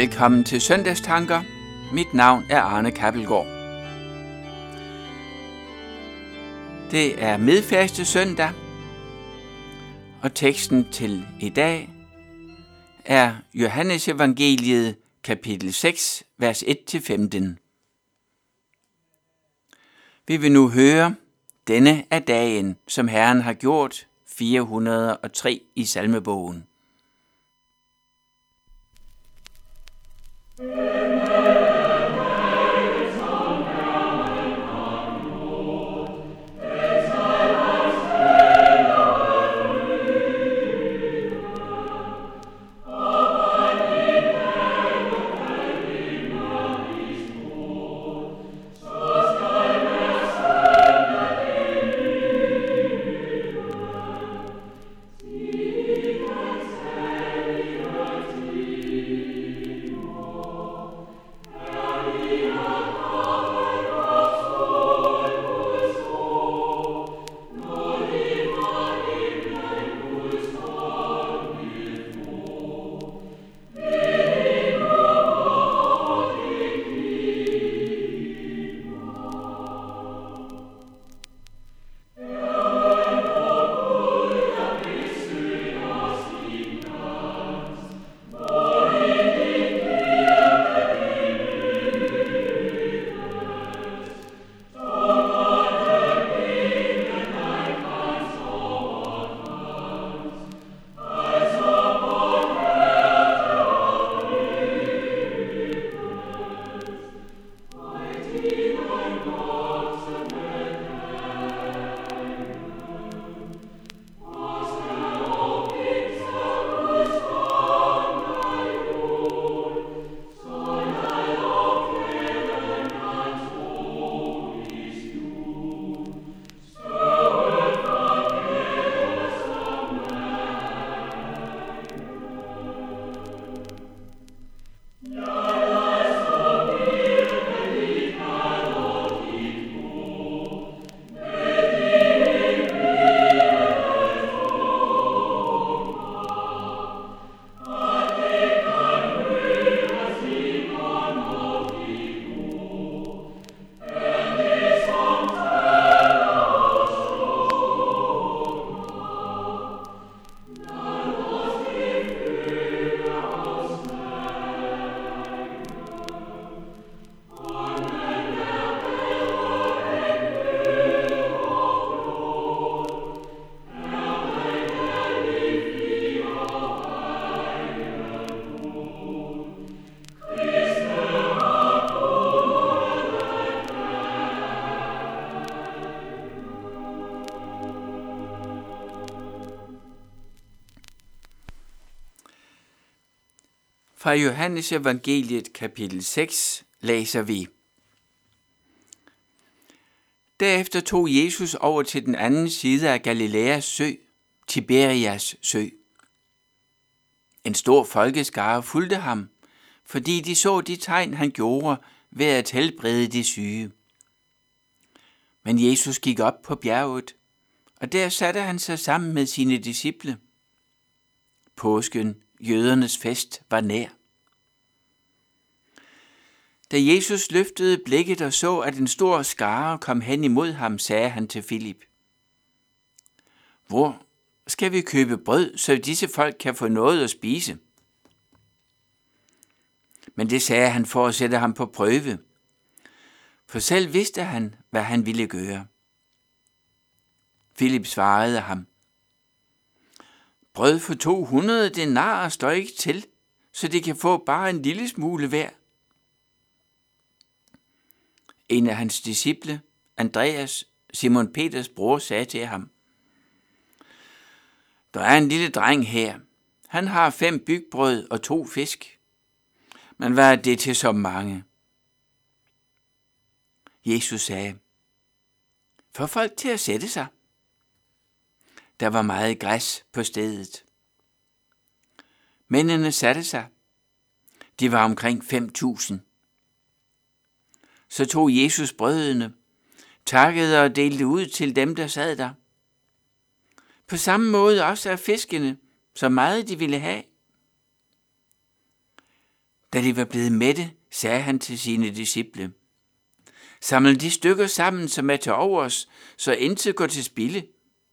Velkommen til Søndagstanker. Mit navn er Arne Kappelgaard. Det er midfaste søndag, og teksten til i dag er Johannes evangeliet kapitel 6, vers 1-15. Vi vil nu høre denne af dagen, som Herren har gjort, 403 i salmebogen. Fra Johannes evangeliet kapitel 6 læser vi: Derefter tog Jesus over til den anden side af Galilæas sø, Tiberias sø. En stor folkeskare fulgte ham, fordi de så de tegn, han gjorde ved at helbrede de syge. Men Jesus gik op på bjerget, og der satte han sig sammen med sine disciple. Påsken, jødernes fest, var nær. Da Jesus løftede blikket og så, at en stor skare kom hen imod ham, sagde han til Filip: Hvor skal vi købe brød, så disse folk kan få noget at spise? Men det sagde han for at sætte ham på prøve, for selv vidste han, hvad han ville gøre. Filip svarede ham: Brød for 200 denarer står ikke til, så de kan få bare en lille smule hver. En af hans disciple, Andreas, Simon Peters bror, sagde til ham: Der er en lille dreng her. Han har 5 bygbrød og 2 fisk. Men hvad er det til så mange? Jesus sagde: Få folk til at sætte sig. Der var meget græs på stedet. Mændene satte sig. De var omkring 5.000. Så tog Jesus brødene, takkede og delte ud til dem, der sad der. På samme måde også af fiskene, så meget de ville have. Da de var blevet mætte, sagde han til sine disciple: Samle de stykker sammen, som er til overs, så intet går til spilde.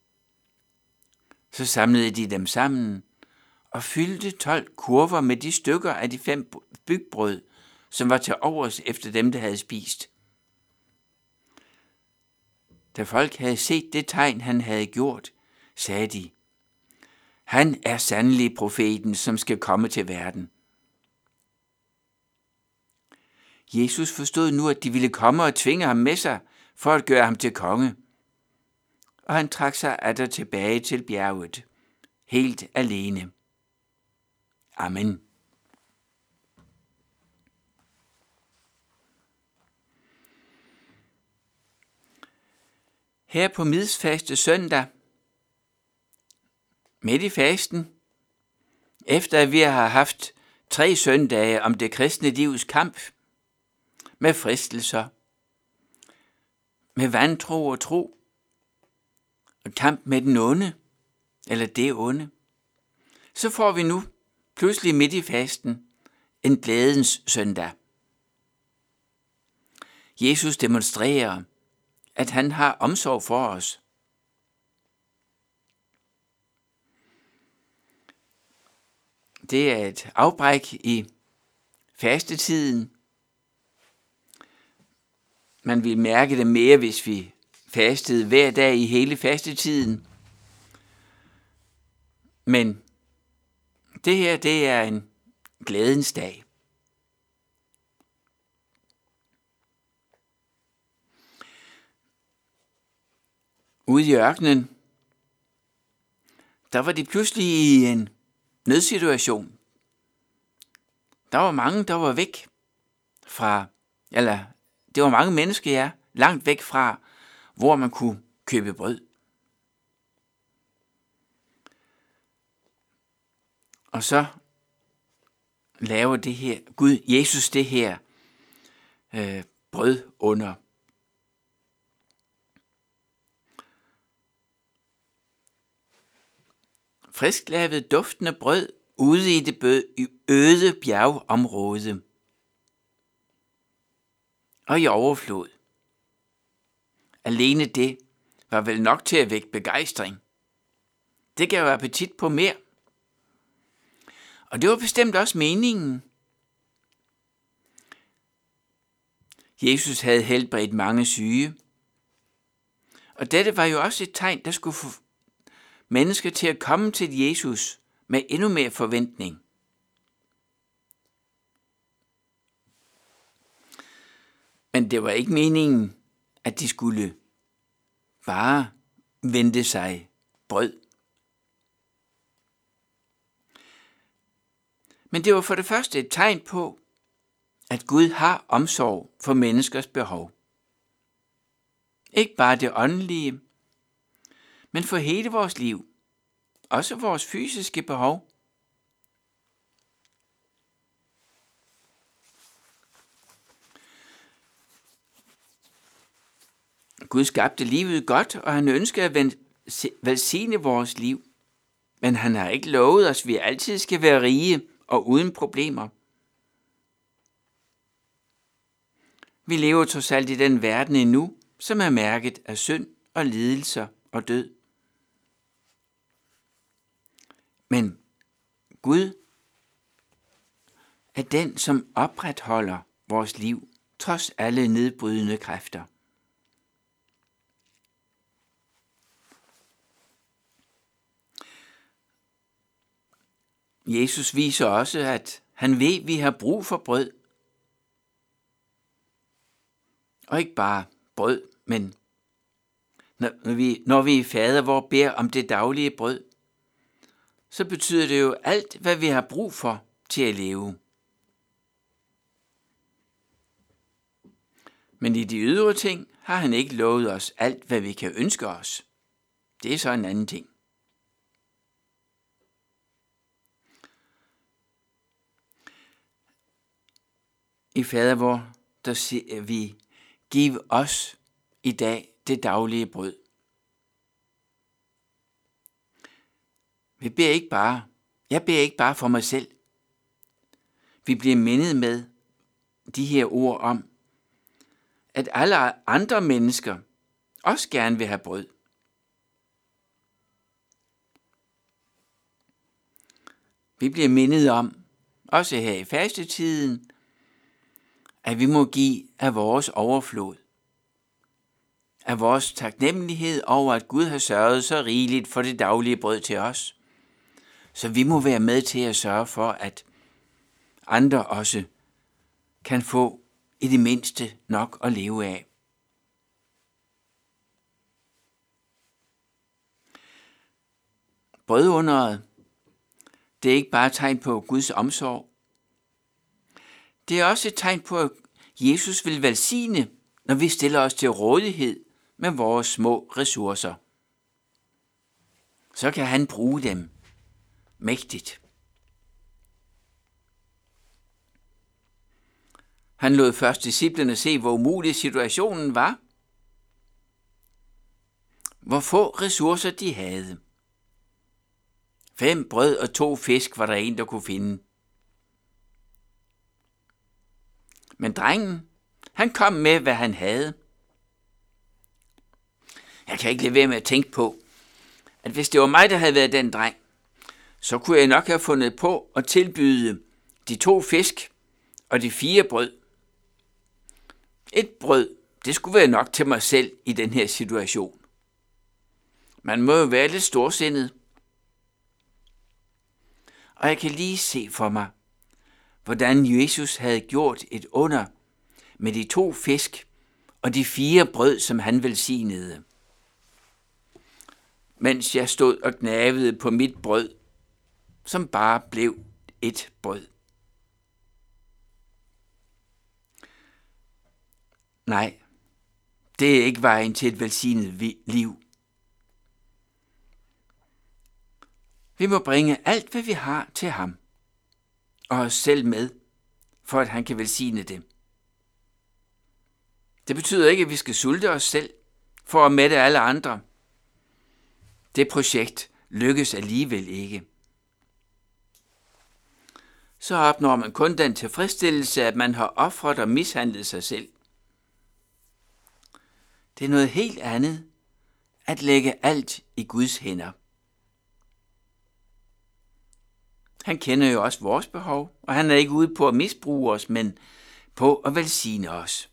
Så samlede de dem sammen og fyldte 12 kurver med de stykker af de 5 bygbrød, som var til overs efter dem, der havde spist. Da folk havde set det tegn, han havde gjort, sagde de: Han er sandelig profeten, som skal komme til verden. Jesus forstod nu, at de ville komme og tvinge ham med sig for at gøre ham til konge. Og han trak sig atter tilbage til bjerget, helt alene. Amen. Her på midsfaste søndag, midt i fasten, efter at vi har haft 3 søndage om det kristne livs kamp, med fristelser, med vantro og tro, og kamp med den onde, eller det onde, så får vi nu pludselig midt i fasten en glædens søndag. Jesus demonstrerer, at han har omsorg for os. Det er et afbræk i fastetiden. Man vil mærke det mere, hvis vi fastede hver dag i hele fastetiden. Men det her, det er en glædens dag. Ude i ørkenen, der var de pludselig i en nødsituation. Der var mange, der var væk fra, eller det var mange mennesker, langt væk fra, hvor man kunne købe brød. Og så laver det her, Gud, Jesus det her brød under. Frisklavet duftende brød ude i det øde bjergområde. Og i overflod. Alene det var vel nok til at vække begejstring. Det gav appetit på mere. Og det var bestemt også meningen. Jesus havde helbredt mange syge. Og dette var jo også et tegn, der skulle få mennesker til at komme til Jesus med endnu mere forventning. Men det var ikke meningen, at de skulle bare vente sig brød. Men det var for det første et tegn på, at Gud har omsorg for menneskers behov. Ikke bare det åndelige, men for hele vores liv. Også vores fysiske behov. Gud skabte livet godt, og han ønsker at velsigne vores liv. Men han har ikke lovet os, at vi altid skal være rige og uden problemer. Vi lever trods alt i den verden endnu, som er mærket af synd og lidelser og død. Men Gud er den, som opretholder vores liv, trods alle nedbrydende kræfter. Jesus viser også, at han ved, at vi har brug for brød. Og ikke bare brød, men når vi i fader vor beder om det daglige brød, så betyder det jo alt, hvad vi har brug for til at leve. Men i de ydre ting har han ikke lovet os alt, hvad vi kan ønske os. Det er så en anden ting. I fader vor, der siger vi, giv os i dag det daglige brød. Jeg beder ikke bare for mig selv. vi bliver mindet med de her ord om, at alle andre mennesker også gerne vil have brød. Vi bliver mindet om, også her i fastetiden, at vi må give af vores overflod, af vores taknemmelighed over, at Gud har sørget så rigeligt for det daglige brød til os. Så vi må være med til at sørge for, at andre også kan få i det mindste nok at leve af. Brødunderet, det er ikke bare et tegn på Guds omsorg. Det er også et tegn på, at Jesus vil velsigne, når vi stiller os til rådighed med vores små ressourcer. Så kan han bruge dem mægtigt. Han lod først disciplene se, hvor umulig situationen var. Hvor få ressourcer de havde. 5 brød og 2 fisk var der en, der kunne finde. Men drengen, han kom med, hvad han havde. Jeg kan ikke lade være med at tænke på, at hvis det var mig, der havde været den dreng, så kunne jeg nok have fundet på at tilbyde de 2 fisk og de 4 brød. Et brød, det skulle være nok til mig selv i den her situation. Man må jo være lidt storsindet. Og jeg kan lige se for mig, hvordan Jesus havde gjort et under med de 2 fisk og de 4 brød, som han velsignede. Mens jeg stod og gnavede på mit brød, som bare blev et brød. Nej, det er ikke vejen til et velsignet liv. Vi må bringe alt, hvad vi har til ham, og os selv med, for at han kan velsigne det. Det betyder ikke, at vi skal sulte os selv, for at mætte alle andre. Det projekt lykkes alligevel ikke. Så opnår man kun den tilfredsstillelse, at man har ofret og mishandlet sig selv. Det er noget helt andet at lægge alt i Guds hænder. Han kender jo også vores behov, og han er ikke ude på at misbruge os, men på at velsigne os.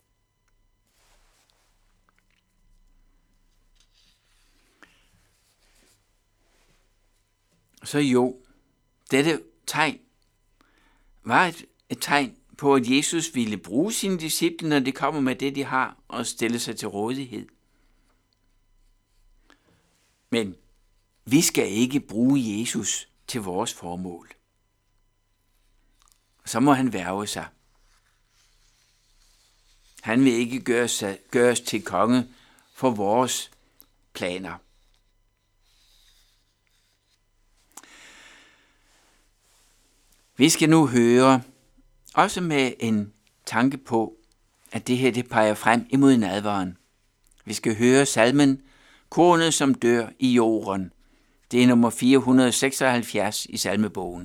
Så jo, dette tegn var et tegn på, at Jesus ville bruge sine disciple, når de kommer med det, de har, og stille sig til rådighed. Men vi skal ikke bruge Jesus til vores formål. Så må han værge sig. Han vil ikke gøre os til konge for vores planer. Vi skal nu høre, også med en tanke på, at det her det peger frem imod nadveren. Vi skal høre salmen Kornet som dør i jorden. Det er nummer 476 i salmebogen.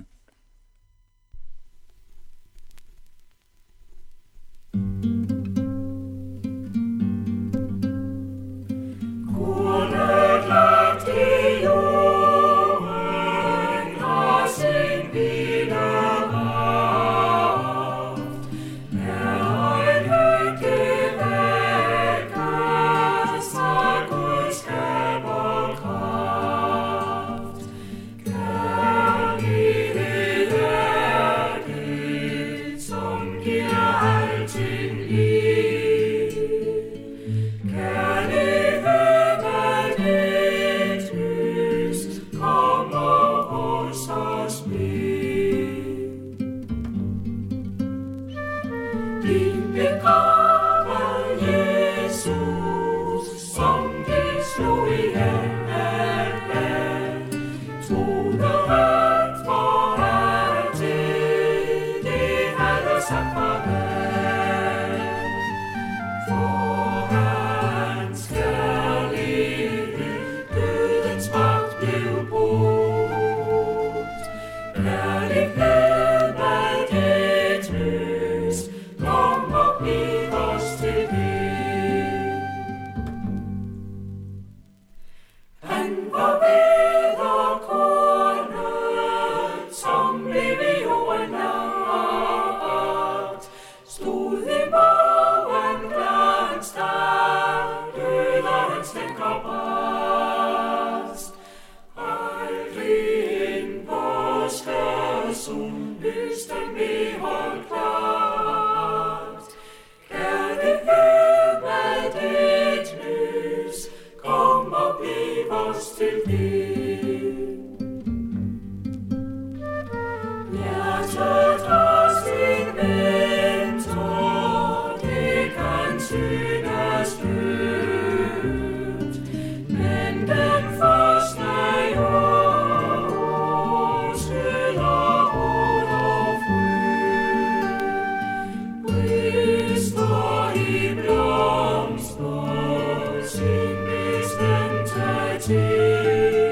Sin bestemte tid.